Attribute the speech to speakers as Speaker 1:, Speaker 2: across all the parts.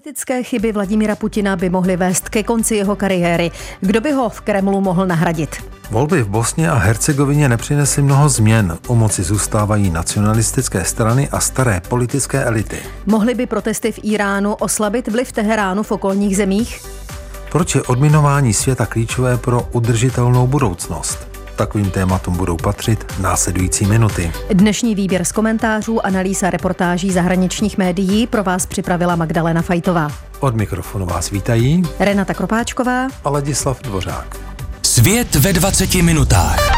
Speaker 1: Politické chyby Vladimíra Putina by mohly vést ke konci jeho kariéry. Kdo by ho v Kremlu mohl nahradit?
Speaker 2: Volby v Bosně a Hercegovině nepřinesly mnoho změn. U moci zůstávají nacionalistické strany a staré politické elity.
Speaker 1: Mohly by protesty v Íránu oslabit vliv Teheránu v okolních zemích?
Speaker 2: Proč je odminování světa klíčové pro udržitelnou budoucnost? Takovým tématům budou patřit následující minuty.
Speaker 1: Dnešní výběr z komentářů, analýz a reportáží zahraničních médií pro vás připravila Magdalena Fajtová.
Speaker 2: Od mikrofonu vás vítají
Speaker 1: Renata Kropáčková
Speaker 2: a Ladislav Dvořák.
Speaker 3: Svět ve 20 minutách.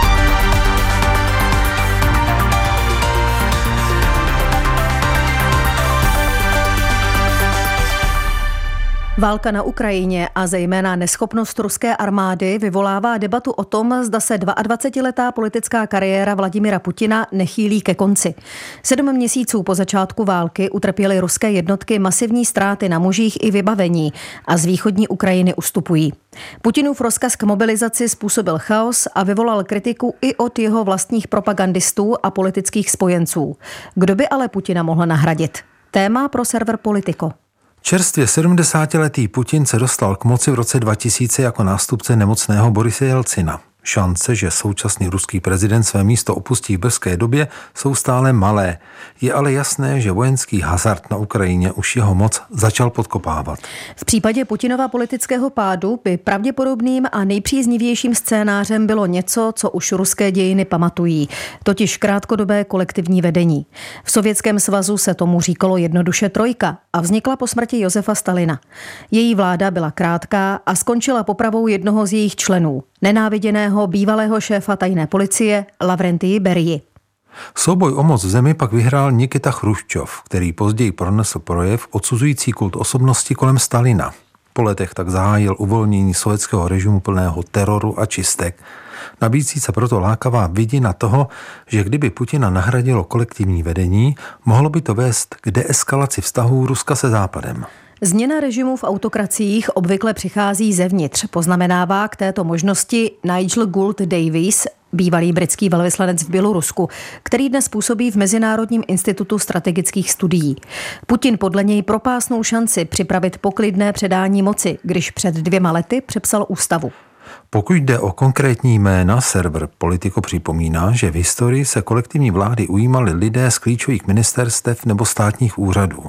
Speaker 1: Válka na Ukrajině a zejména neschopnost ruské armády vyvolává debatu o tom, zda se 22letá politická kariéra Vladimira Putina nechýlí ke konci. 7 měsíců po začátku války utrpěly ruské jednotky masivní ztráty na mužích i vybavení a z východní Ukrajiny ustupují. Putinův rozkaz k mobilizaci způsobil chaos a vyvolal kritiku i od jeho vlastních propagandistů a politických spojenců. Kdo by ale Putina mohl nahradit? Téma pro server Politico.
Speaker 2: Čerstvě 70letý Putin se dostal k moci v roce 2000 jako nástupce nemocného Borise Jelcina. Šance, že současný ruský prezident své místo opustí v brzké době, jsou stále malé. Je ale jasné, že vojenský hazard na Ukrajině už jeho moc začal podkopávat.
Speaker 1: V případě Putinova politického pádu by pravděpodobným a nejpříznivějším scénářem bylo něco, co už ruské dějiny pamatují, totiž krátkodobé kolektivní vedení. V Sovětském svazu se tomu říkalo jednoduše trojka a vznikla po smrti Josefa Stalina. Její vláda byla krátká a skončila popravou jednoho z jejich členů, nenáviděného bývalého šéfa tajné policie Lavrentii Beriji.
Speaker 2: Souboj o moc v zemi pak vyhrál Nikita Chruščov, který později pronesl projev odsuzující kult osobnosti kolem Stalina. Po letech tak zahájil uvolnění sovětského režimu plného teroru a čistek. Nabízí se proto lákavá vidina toho, že kdyby Putina nahradilo kolektivní vedení, mohlo by to vést k deeskalaci vztahů Ruska se Západem.
Speaker 1: Změna režimu v autokraciích obvykle přichází zevnitř, poznamenává k této možnosti Nigel Gould Davies, bývalý britský velvyslanec v Bělorusku, který dnes působí v Mezinárodním institutu strategických studií. Putin podle něj propásnul šanci připravit poklidné předání moci, když před 2 lety přepsal ústavu.
Speaker 2: Pokud jde o konkrétní jména, server Politico připomíná, že v historii se kolektivní vlády ujímali lidé z klíčových ministerstev nebo státních úřadů.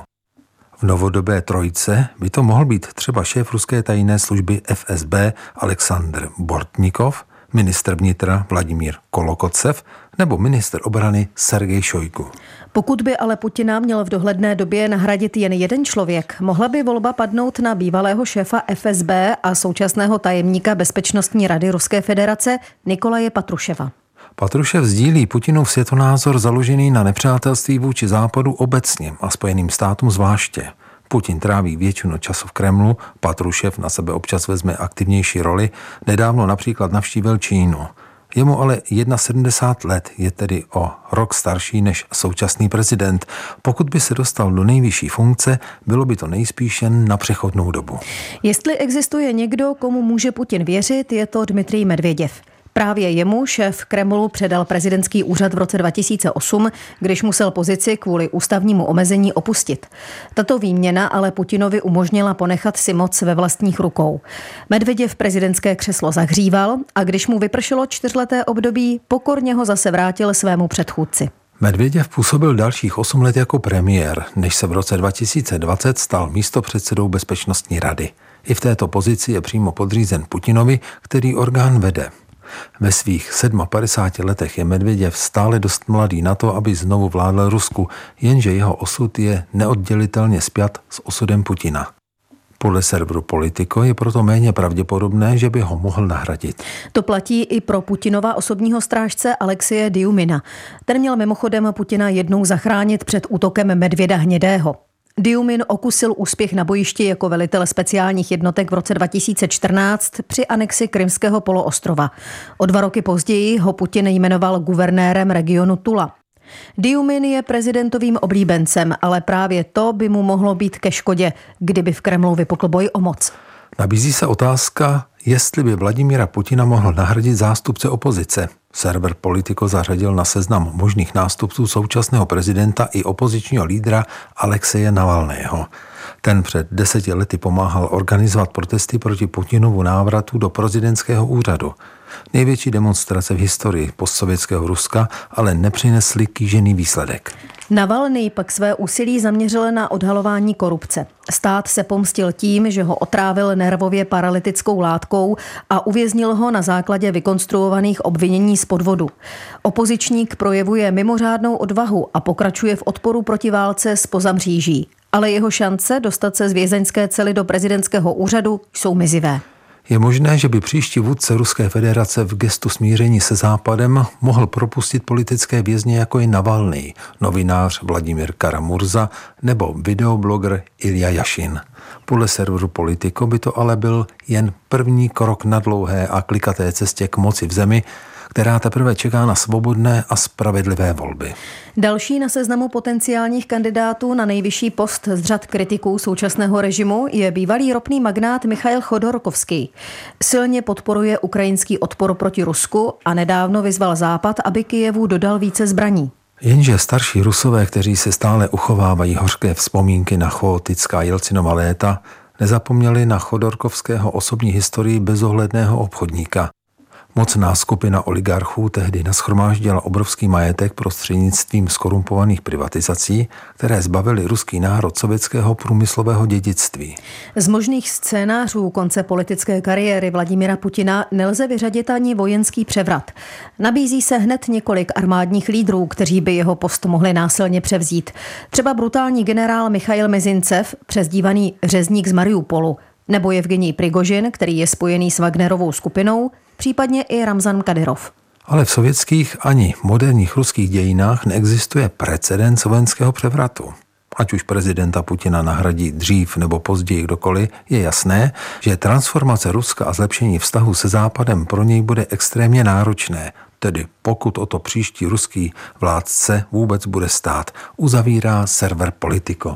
Speaker 2: V novodobé trojce by to mohl být třeba šéf ruské tajné služby FSB Aleksandr Bortnikov, ministr vnitra Vladimír Kolokocev nebo ministr obrany Sergej Šojgu.
Speaker 1: Pokud by ale Putina měl v dohledné době nahradit jen jeden člověk, mohla by volba padnout na bývalého šéfa FSB a současného tajemníka Bezpečnostní rady Ruské federace Nikolaje Patruševa.
Speaker 2: Patrušev sdílí Putinův světonázor založený na nepřátelství vůči Západu obecně a Spojeným státům zvláště. Putin tráví většinu času v Kremlu, Patrušev na sebe občas vezme aktivnější roli, nedávno například navštívil Čínu. Je mu ale 71 let, je tedy o rok starší než současný prezident. Pokud by se dostal do nejvyšší funkce, bylo by to nejspíš jen na přechodnou dobu.
Speaker 1: Jestli existuje někdo, komu může Putin věřit, je to Dmitrij Medvěděv. Právě jemu šéf Kremlu předal prezidentský úřad v roce 2008, když musel pozici kvůli ústavnímu omezení opustit. Tato výměna ale Putinovi umožnila ponechat si moc ve vlastních rukou. Medvěděv prezidentské křeslo zahříval a když mu vypršelo 4leté období, pokorně ho zase vrátil svému předchůdci.
Speaker 2: Medvěděv působil dalších 8 let jako premiér, než se v roce 2020 stal místopředsedou Bezpečnostní rady. I v této pozici je přímo podřízen Putinovi, který orgán vede. Ve svých 57 letech je Medvěděv stále dost mladý na to, aby znovu vládl Rusku, jenže jeho osud je neoddělitelně spjat s osudem Putina. Podle serveru Politico je proto méně pravděpodobné, že by ho mohl nahradit.
Speaker 1: To platí i pro Putinova osobního strážce Alexeje Djumina. Ten měl mimochodem Putina jednou zachránit před útokem medvěda hnědého. Djumin okusil úspěch na bojišti jako velitel speciálních jednotek v roce 2014 při anexi Krymského poloostrova. O 2 roky později ho Putin jmenoval guvernérem regionu Tula. Djumin je prezidentovým oblíbencem, ale právě to by mu mohlo být ke škodě, kdyby v Kremlu vypukl boj o moc.
Speaker 2: Nabízí se otázka, jestli by Vladimíra Putina mohl nahradit zástupce opozice. Server Politico zařadil na seznam možných nástupců současného prezidenta i opozičního lídra Alexeje Navalného. Ten před 10 lety pomáhal organizovat protesty proti Putinovu návratu do prezidentského úřadu. Největší demonstrace v historii postsovětského Ruska ale nepřinesly kýžený výsledek.
Speaker 1: Navalný pak své úsilí zaměřil na odhalování korupce. Stát se pomstil tím, že ho otrávil nervově paralytickou látkou a uvěznil ho na základě vykonstruovaných obvinění z podvodu. Opozičník projevuje mimořádnou odvahu a pokračuje v odporu proti válce zpoza mříží. Ale jeho šance dostat se z vězeňské cely do prezidentského úřadu jsou mizivé.
Speaker 2: Je možné, že by příští vůdce Ruské federace v gestu smíření se Západem mohl propustit politické vězně, jako je Navalný, novinář Vladimír Kara-Murza nebo videobloger Ilja Jašin. Podle serveru Politico by to ale byl jen první krok na dlouhé a klikaté cestě k moci v zemi, která teprve čeká na svobodné a spravedlivé volby.
Speaker 1: Další na seznamu potenciálních kandidátů na nejvyšší post z řad kritiků současného režimu je bývalý ropný magnát Michail Chodorkovský. Silně podporuje ukrajinský odpor proti Rusku a nedávno vyzval Západ, aby Kyjevu dodal více zbraní.
Speaker 2: Jenže starší Rusové, kteří se stále uchovávají hořké vzpomínky na chaotická Jelcinova léta, nezapomněli na Chodorkovského osobní historii bezohledného obchodníka. Mocná skupina oligarchů tehdy nashromáždila obrovský majetek prostřednictvím zkorumpovaných privatizací, které zbavily ruský národ sovětského průmyslového dědictví.
Speaker 1: Z možných scénářů konce politické kariéry Vladimira Putina nelze vyřadit ani vojenský převrat. Nabízí se hned několik armádních lídrů, kteří by jeho post mohli násilně převzít. Třeba brutální generál Michail Mezincev, přezdívaný Řezník z Mariupolu, nebo Jevgenij Prigožin, který je spojený s Wagnerovou skupinou, případně i Ramzan Kadyrov.
Speaker 2: Ale v sovětských ani moderních ruských dějinách neexistuje precedens vojenského převratu. Ať už prezidenta Putina nahradí dřív nebo později kdokoliv, je jasné, že transformace Ruska a zlepšení vztahu se Západem pro něj bude extrémně náročné, tedy pokud o to příští ruský vládce vůbec bude stát, uzavírá server Politico.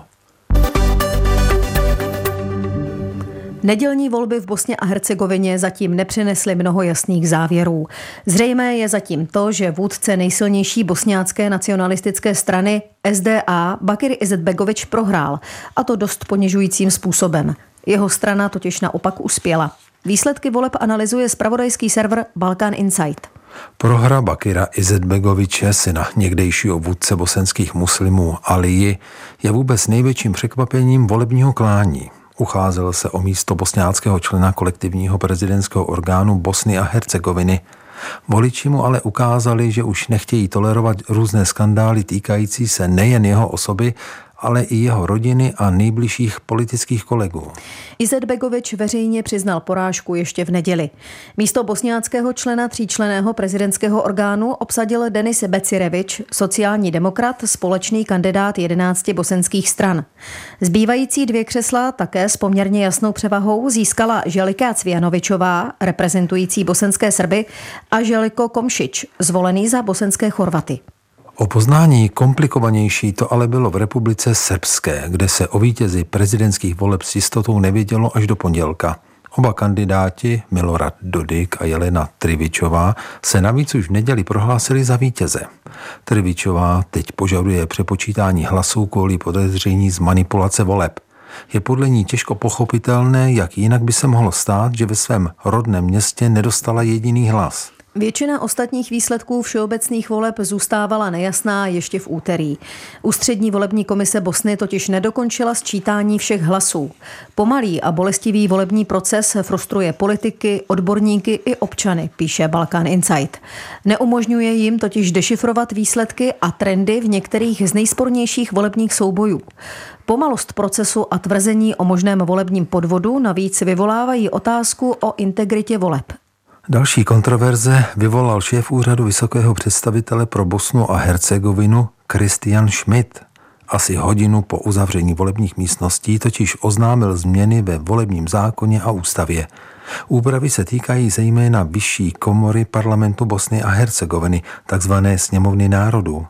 Speaker 1: Nedělní volby v Bosně a Hercegovině zatím nepřinesly mnoho jasných závěrů. Zřejmé je zatím to, že vůdce nejsilnější bosňácké nacionalistické strany SDA Bakir Izetbegović prohrál, a to dost ponižujícím způsobem. Jeho strana totiž naopak uspěla. Výsledky voleb analyzuje zpravodajský server Balkan Insight.
Speaker 2: Prohra Bakira Izetbegoviče, syna někdejšího vůdce bosenských muslimů Aliji, je vůbec největším překvapením volebního klání. Ucházel se o místo bosňáckého člena kolektivního prezidentského orgánu Bosny a Hercegoviny. Voliči mu ale ukázali, že už nechtějí tolerovat různé skandály týkající se nejen jeho osoby, ale i jeho rodiny a nejbližších politických kolegů.
Speaker 1: Izetbegović veřejně přiznal porážku ještě v neděli. Místo bosňáckého člena tříčlenného prezidentského orgánu obsadil Denis Becirević, sociální demokrat, společný kandidát 11 bosenských stran. Zbývající 2 křesla také s poměrně jasnou převahou získala Želika Cvijanovićová, reprezentující bosenské Srby, a Željko Komšić, zvolený za bosenské Chorvaty.
Speaker 2: O poznání komplikovanější to ale bylo v Republice Srbské, kde se o vítězi prezidentských voleb s jistotou nevědělo až do pondělka. Oba kandidáti, Milorad Dodik a Jelena Trivičová, se navíc už v neděli prohlásili za vítěze. Trivičová teď požaduje přepočítání hlasů kvůli podezření z manipulace voleb. Je podle ní těžko pochopitelné, jak jinak by se mohlo stát, že ve svém rodném městě nedostala jediný hlas.
Speaker 1: Většina ostatních výsledků všeobecných voleb zůstávala nejasná ještě v úterý. Ústřední volební komise Bosny totiž nedokončila sčítání všech hlasů. Pomalý a bolestivý volební proces frustruje politiky, odborníky i občany, píše Balkan Insight. Neumožňuje jim totiž dešifrovat výsledky a trendy v některých z nejspornějších volebních soubojů. Pomalost procesu a tvrzení o možném volebním podvodu navíc vyvolávají otázku o integritě voleb.
Speaker 2: Další kontroverze vyvolal šéf úřadu vysokého představitele pro Bosnu a Hercegovinu Christian Schmidt. Asi hodinu po uzavření volebních místností totiž oznámil změny ve volebním zákoně a ústavě. Úpravy se týkají zejména vyšší komory parlamentu Bosny a Hercegoviny, takzvané sněmovny národů.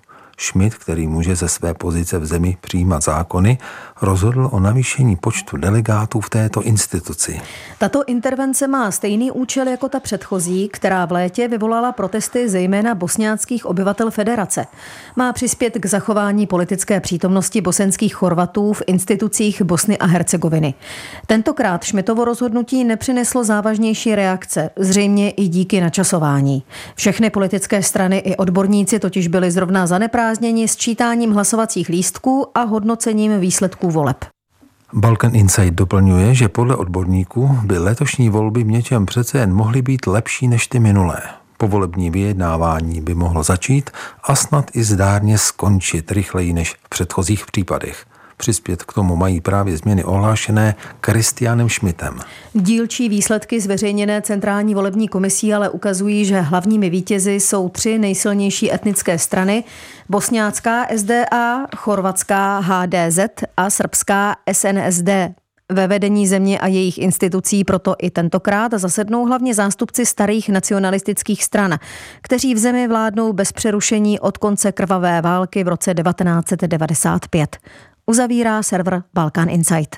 Speaker 2: Schmidt, který může ze své pozice v zemi přijímat zákony, rozhodl o navýšení počtu delegátů v této instituci.
Speaker 1: Tato intervence má stejný účel jako ta předchozí, která v létě vyvolala protesty zejména bosňáckých obyvatel federace. Má přispět k zachování politické přítomnosti bosenských Chorvatů v institucích Bosny a Hercegoviny. Tentokrát Schmidtovo rozhodnutí nepřineslo závažnější reakce, zřejmě i díky načasování. Všechny politické strany i odborníci totiž byli zrovna zaneprázdněni sčítáním hlasovacích lístků a hodnocením výsledků voleb.
Speaker 2: Balkan Insight doplňuje, že podle odborníků by letošní volby v něčem přece jen mohly být lepší než ty minulé. Povolební vyjednávání by mohlo začít a snad i zdárně skončit rychleji než v předchozích případech. Přispět k tomu mají právě změny ohlášené Christianem Schmidtem.
Speaker 1: Dílčí výsledky zveřejněné Centrální volební komisí ale ukazují, že hlavními vítězi jsou 3 nejsilnější etnické strany: bosňácká SDA, chorvatská HDZ a srbská SNSD. Ve vedení země a jejich institucí proto i tentokrát zasednou hlavně zástupci starých nacionalistických stran, kteří v zemi vládnou bez přerušení od konce krvavé války v roce 1995. Uzavírá server Balkan Insight.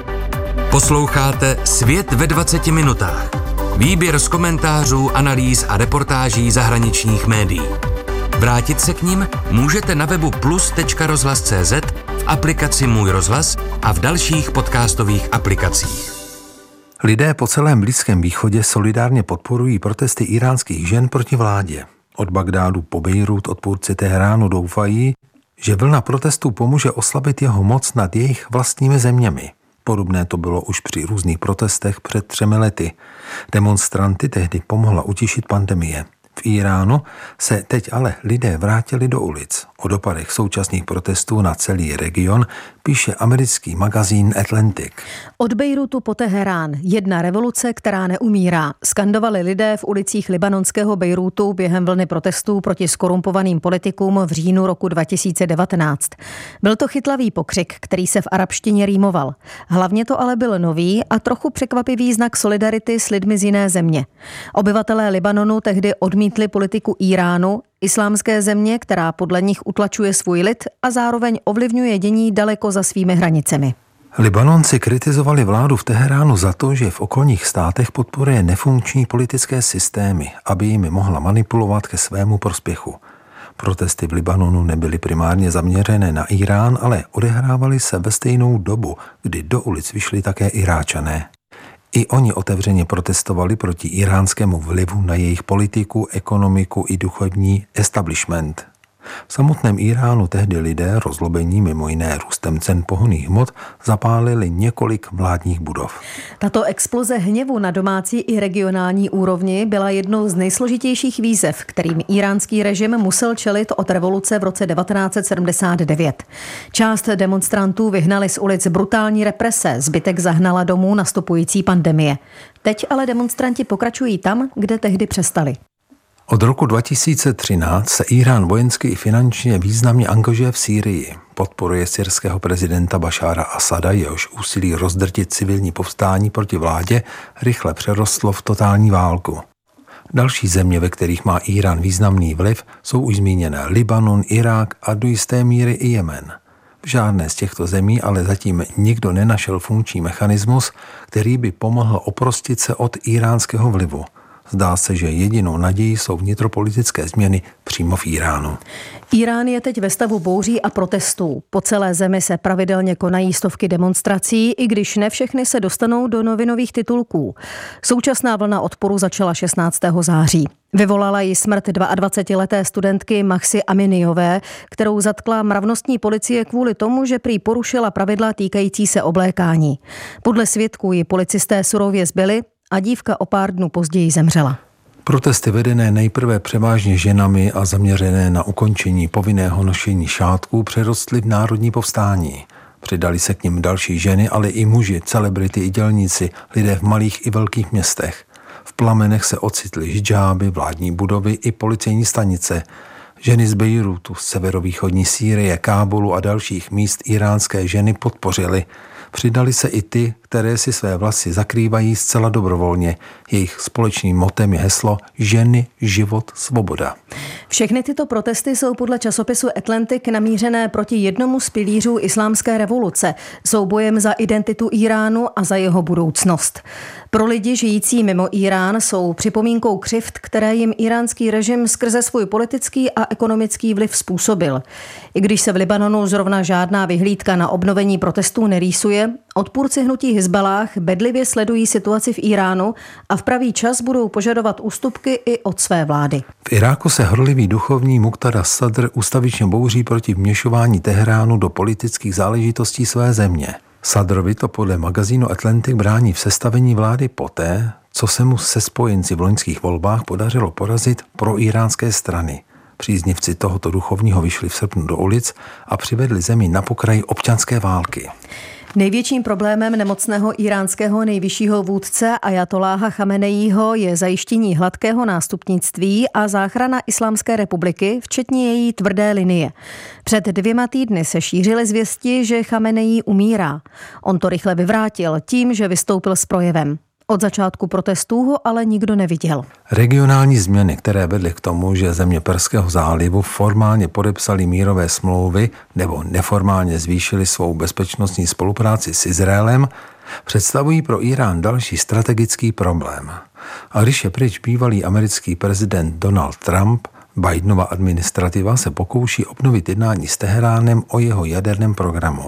Speaker 3: Posloucháte Svět ve 20 minutách. Výběr z komentářů, analýz a reportáží zahraničních médií. Vrátit se k nim můžete na webu plus.rozhlas.cz, v aplikaci Můj rozhlas a v dalších podcastových aplikacích.
Speaker 2: Lidé po celém Blízkém východě solidárně podporují protesty íránských žen proti vládě. Od Bagdádu po Bejrút odpůrci Teheránu doufají, že vlna protestů pomůže oslabit jeho moc nad jejich vlastními zeměmi. Podobné to bylo už při různých protestech před 3 lety. Demonstranty tehdy pomohla utišit pandemie. V Iránu se teď ale lidé vrátili do ulic. O dopadech současných protestů na celý region píše americký magazín Atlantic.
Speaker 1: Od Bejrutu po Teherán, jedna revoluce, která neumírá, skandovali lidé v ulicích libanonského Bejrutu během vlny protestů proti skorumpovaným politikům v říjnu roku 2019. Byl to chytlavý pokřik, který se v arabštině rýmoval. Hlavně to ale byl nový a trochu překvapivý znak solidarity s lidmi z jiné země. Obyvatelé Libanonu tehdy odmítli politiku Iránu, islámské země, která podle nich utlačuje svůj lid a zároveň ovlivňuje dění daleko za svými hranicemi.
Speaker 2: Libanonci kritizovali vládu v Teheránu za to, že v okolních státech podporuje nefunkční politické systémy, aby jimi mohla manipulovat ke svému prospěchu. Protesty v Libanonu nebyly primárně zaměřené na Irán, ale odehrávaly se ve stejnou dobu, kdy do ulic vyšli také Iráčané. I oni otevřeně protestovali proti iránskému vlivu na jejich politiku, ekonomiku i duchovní establishment. V samotném Iránu tehdy lidé, rozlobení mimo jiné růstem cen pohonných hmot, zapálili několik vládních budov.
Speaker 1: Tato exploze hněvu na domácí i regionální úrovni byla jednou z nejsložitějších výzev, kterým iránský režim musel čelit od revoluce v roce 1979. Část demonstrantů vyhnali z ulic brutální represe, zbytek zahnala domů nastupující pandemie. Teď ale demonstranti pokračují tam, kde tehdy přestali.
Speaker 2: Od roku 2013 se Irán vojensky i finančně významně angažuje v Sýrii. Podporuje syrského prezidenta Bašára Asada, jehož úsilí rozdrtit civilní povstání proti vládě rychle přerostlo v totální válku. Další země, ve kterých má Irán významný vliv, jsou už zmíněné Libanon, Irák a do jisté míry i Jemen. V žádné z těchto zemí ale zatím nikdo nenašel funkční mechanismus, který by pomohl oprostit se od iránského vlivu. Zdá se, že jedinou nadějí jsou vnitropolitické změny přímo v Iránu.
Speaker 1: Irán je teď ve stavu bouří a protestů. Po celé zemi se pravidelně konají stovky demonstrací, i když ne všechny se dostanou do novinových titulků. Současná vlna odporu začala 16. září. Vyvolala ji smrt 22leté studentky Mahsy Aminiové, kterou zatkla mravnostní policie kvůli tomu, že prý porušila pravidla týkající se oblékání. Podle svědků ji policisté surově zbili a dívka o pár dnů později zemřela.
Speaker 2: Protesty vedené nejprve převážně ženami a zaměřené na ukončení povinného nošení šátků přerostly v národní povstání. Přidali se k nim další ženy, ale i muži, celebrity i dělníci, lidé v malých i velkých městech. V plamenech se ocitly hidžáby, vládní budovy i policejní stanice. Ženy z Bejrútu, z severovýchodní Sýrie, Kábulu a dalších míst iránské ženy podpořily. Přidali se i ty, které si své vlasy zakrývají zcela dobrovolně. Jejich společným motem je heslo Ženy, život, svoboda.
Speaker 1: Všechny tyto protesty jsou podle časopisu Atlantic namířené proti jednomu z pilířů islámské revoluce, soubojem za identitu Íránu a za jeho budoucnost. Pro lidi žijící mimo Írán jsou připomínkou křivd, které jim iránský režim skrze svůj politický a ekonomický vliv způsobil. I když se v Libanonu zrovna žádná vyhlídka na obnovení protestů nerýsuje, odpůrci hnutí Hizballáh bedlivě sledují situaci v Íránu a v pravý čas budou požadovat ústupky i od své vlády.
Speaker 2: V Iráku se horlivý duchovní Muqtada Sadr ustavičně bouří proti vměšování Teheránu do politických záležitostí své země. Sadrovi to podle magazínu Atlantic brání v sestavení vlády poté, co se mu se spojenci v loňských volbách podařilo porazit proíránské strany. Příznivci tohoto duchovního vyšli v srpnu do ulic a přivedli zemi na pokraj občanské války.
Speaker 1: Největším problémem nemocného iránského nejvyššího vůdce Ajatoláha Chameneího je zajištění hladkého nástupnictví a záchrana Islámské republiky, včetně její tvrdé linie. Před 2 týdny se šířily zvěsti, že Chameneí umírá. On to rychle vyvrátil tím, že vystoupil s projevem. Od začátku protestů ho ale nikdo neviděl.
Speaker 2: Regionální změny, které vedly k tomu, že země Perského zálivu formálně podepsaly mírové smlouvy nebo neformálně zvýšily svou bezpečnostní spolupráci s Izraelem, představují pro Irán další strategický problém. A když je pryč bývalý americký prezident Donald Trump, Bidenova administrativa se pokouší obnovit jednání s Teheránem o jeho jaderném programu.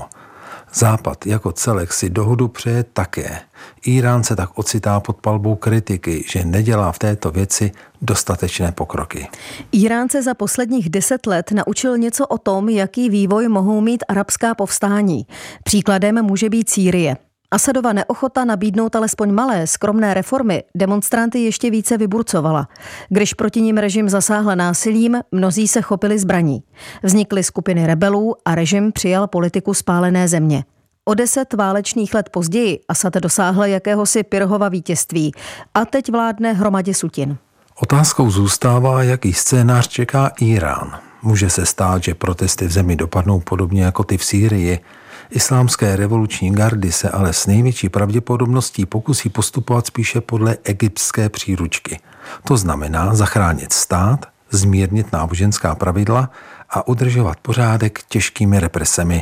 Speaker 2: Západ jako celek si dohodu přeje také. Irán se tak ocitá pod palbou kritiky, že nedělá v této věci dostatečné pokroky.
Speaker 1: Irán se za posledních 10 let naučil něco o tom, jaký vývoj mohou mít arabská povstání. Příkladem může být Sýrie. Asadova neochota nabídnout alespoň malé, skromné reformy demonstranty ještě více vyburcovala. Když proti nim režim zasáhl násilím, mnozí se chopili zbraní. Vznikly skupiny rebelů a režim přijal politiku spálené země. O 10 válečných let později Asad dosáhl jakéhosi Pyrrhova vítězství a teď vládne hromadě sutin.
Speaker 2: Otázkou zůstává, jaký scénář čeká Irán. Může se stát, že protesty v zemi dopadnou podobně jako ty v Sýrii. Islámské revoluční gardy se ale s největší pravděpodobností pokusí postupovat spíše podle egyptské příručky. To znamená zachránit stát, zmírnit náboženská pravidla a udržovat pořádek těžkými represemi.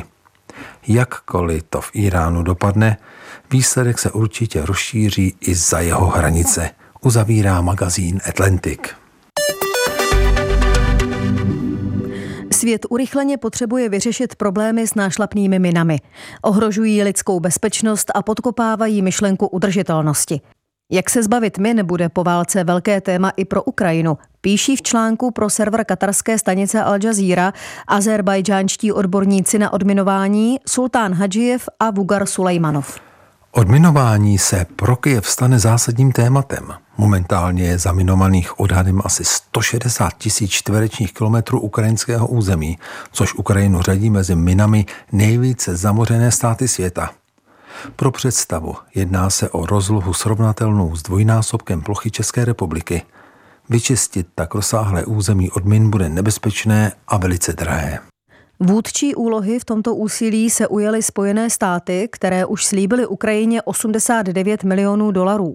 Speaker 2: Jakkoliv to v Iránu dopadne, výsledek se určitě rozšíří i za jeho hranice, uzavírá magazín Atlantic.
Speaker 1: Svět urychleně potřebuje vyřešit problémy s nášlapnými minami. Ohrožují lidskou bezpečnost a podkopávají myšlenku udržitelnosti. Jak se zbavit min bude po válce velké téma i pro Ukrajinu, píší v článku pro server katarské stanice Al Jazeera azerbajdžánští odborníci na odminování Sultán Hadžijev a Vugar Sulejmanov.
Speaker 2: Odminování se pro Kyjev stane zásadním tématem. Momentálně je zaminovaných odhadem asi 160 000 čtverečních kilometrů ukrajinského území, což Ukrajinu řadí mezi minami nejvíce zamořené státy světa. Pro představu jedná se o rozlohu srovnatelnou s dvojnásobkem plochy České republiky. Vyčistit tak rozsáhlé území od min bude nebezpečné a velice drahé.
Speaker 1: Vůdčí úlohy v tomto úsilí se ujaly Spojené státy, které už slíbily Ukrajině $89 milionů.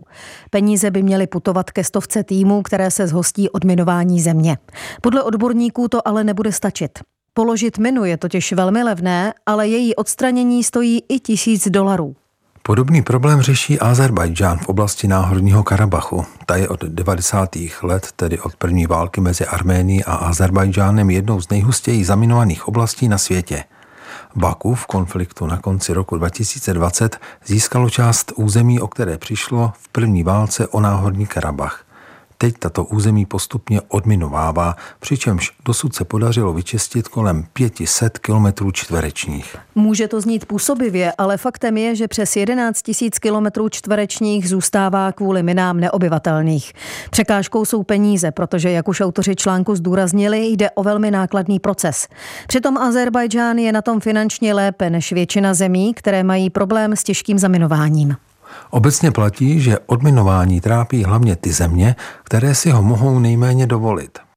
Speaker 1: Peníze by měly putovat ke 100 týmů, které se zhostí odminování země. Podle odborníků to ale nebude stačit. Položit minu je totiž velmi levné, ale její odstranění stojí i $1000.
Speaker 2: Podobný problém řeší Azerbajdžán v oblasti Náhorního Karabachu. Ta je od 90. let, tedy od první války mezi Arménií a Azerbajdžánem, jednou z nejhustěji zaminovaných oblastí na světě. Baku v konfliktu na konci roku 2020 získalo část území, o které přišlo v první válce o Náhorní Karabach. Teď tato území postupně odminovává, přičemž dosud se podařilo vyčistit kolem 500 kilometrů čtverečních.
Speaker 1: Může to znít působivě, ale faktem je, že přes 11 000 kilometrů čtverečních zůstává kvůli minám neobyvatelných. Překážkou jsou peníze, protože, jak už autoři článku zdůraznili, jde o velmi nákladný proces. Přitom Azerbajdžán je na tom finančně lépe než většina zemí, které mají problém s těžkým zaminováním.
Speaker 2: Obecně platí, že odminování trápí hlavně ty země, které si ho mohou nejméně dovolit.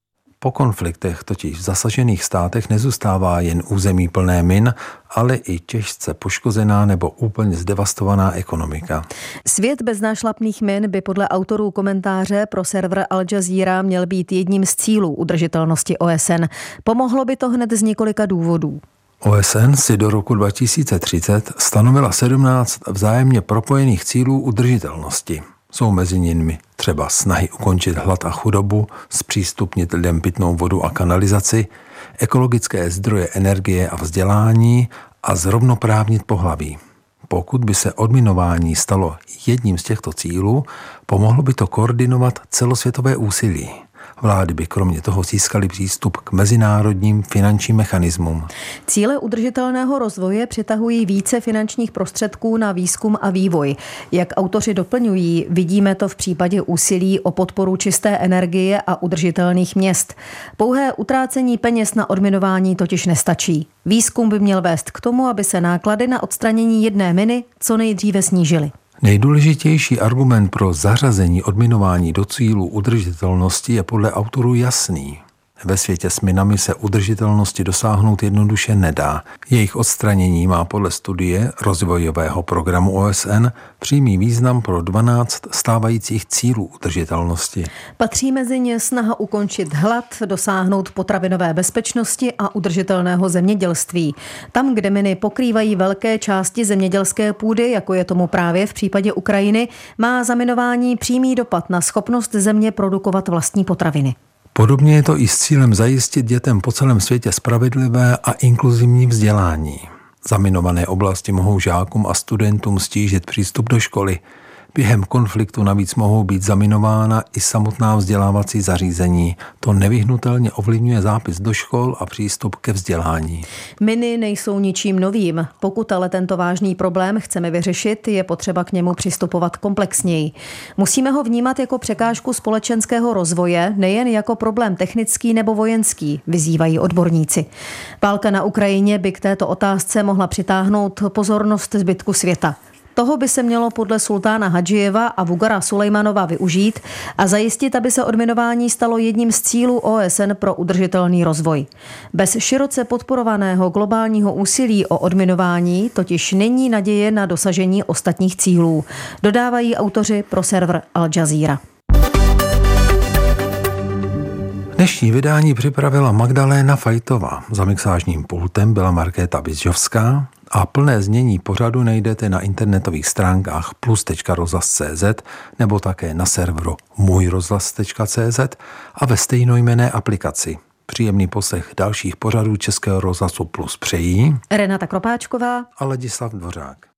Speaker 2: Po konfliktech totiž v zasažených státech nezůstává jen území plné min, ale i těžce poškozená nebo úplně zdevastovaná ekonomika.
Speaker 1: Svět bez nášlapných min by podle autorů komentáře pro server Al Jazeera měl být jedním z cílů udržitelnosti OSN. Pomohlo by to hned z několika důvodů.
Speaker 2: OSN si do roku 2030 stanovila 17 vzájemně propojených cílů udržitelnosti. Jsou mezi nimi třeba snahy ukončit hlad a chudobu, zpřístupnit lidem pitnou vodu a kanalizaci, ekologické zdroje energie a vzdělání a zrovnoprávnit pohlaví. Pokud by se odminování stalo jedním z těchto cílů, pomohlo by to koordinovat celosvětové úsilí. Vlády by kromě toho získaly přístup k mezinárodním finančním mechanismům.
Speaker 1: Cíle udržitelného rozvoje přitahují více finančních prostředků na výzkum a vývoj. Jak autoři doplňují, vidíme to v případě úsilí o podporu čisté energie a udržitelných měst. Pouhé utrácení peněz na odminování totiž nestačí. Výzkum by měl vést k tomu, aby se náklady na odstranění jedné miny co nejdříve snížily.
Speaker 2: Nejdůležitější argument pro zařazení odminování do cílů udržitelnosti je podle autorů jasný. Ve světě s minami se udržitelnosti dosáhnout jednoduše nedá. Jejich odstranění má podle studie rozvojového programu OSN přímý význam pro 12 stávajících cílů udržitelnosti.
Speaker 1: Patří mezi ně snaha ukončit hlad, dosáhnout potravinové bezpečnosti a udržitelného zemědělství. Tam, kde miny pokrývají velké části zemědělské půdy, jako je tomu právě v případě Ukrajiny, má zaminování přímý dopad na schopnost země produkovat vlastní potraviny.
Speaker 2: Podobně je to i s cílem zajistit dětem po celém světě spravedlivé a inkluzivní vzdělání. Zaminované oblasti mohou žákům a studentům stížit přístup do školy. Během konfliktu navíc mohou být zaminována i samotná vzdělávací zařízení. To nevyhnutelně ovlivňuje zápis do škol a přístup ke vzdělání.
Speaker 1: Miny nejsou ničím novým. Pokud ale tento vážný problém chceme vyřešit, je potřeba k němu přistupovat komplexněji. Musíme ho vnímat jako překážku společenského rozvoje, nejen jako problém technický nebo vojenský, vyzývají odborníci. Válka na Ukrajině by k této otázce mohla přitáhnout pozornost zbytku světa. Toho by se mělo podle sultána Hadžijeva a Vugara Sulejmanova využít a zajistit, aby se odminování stalo jedním z cílů OSN pro udržitelný rozvoj. Bez široce podporovaného globálního úsilí o odminování totiž není naděje na dosažení ostatních cílů, dodávají autoři pro server Al Jazeera.
Speaker 2: Dnešní vydání připravila Magdaléna Fajtová. Za mixážním pultem byla Markéta Bizžovská a plné znění pořadu najdete na internetových stránkách plus.rozhlas.cz nebo také na serveru můjrozhlas.cz a ve stejnojmenné aplikaci. Příjemný poslech dalších pořadů Českého rozhlasu Plus přejí
Speaker 1: Renata Kropáčková
Speaker 2: a Ladislav Dvořák.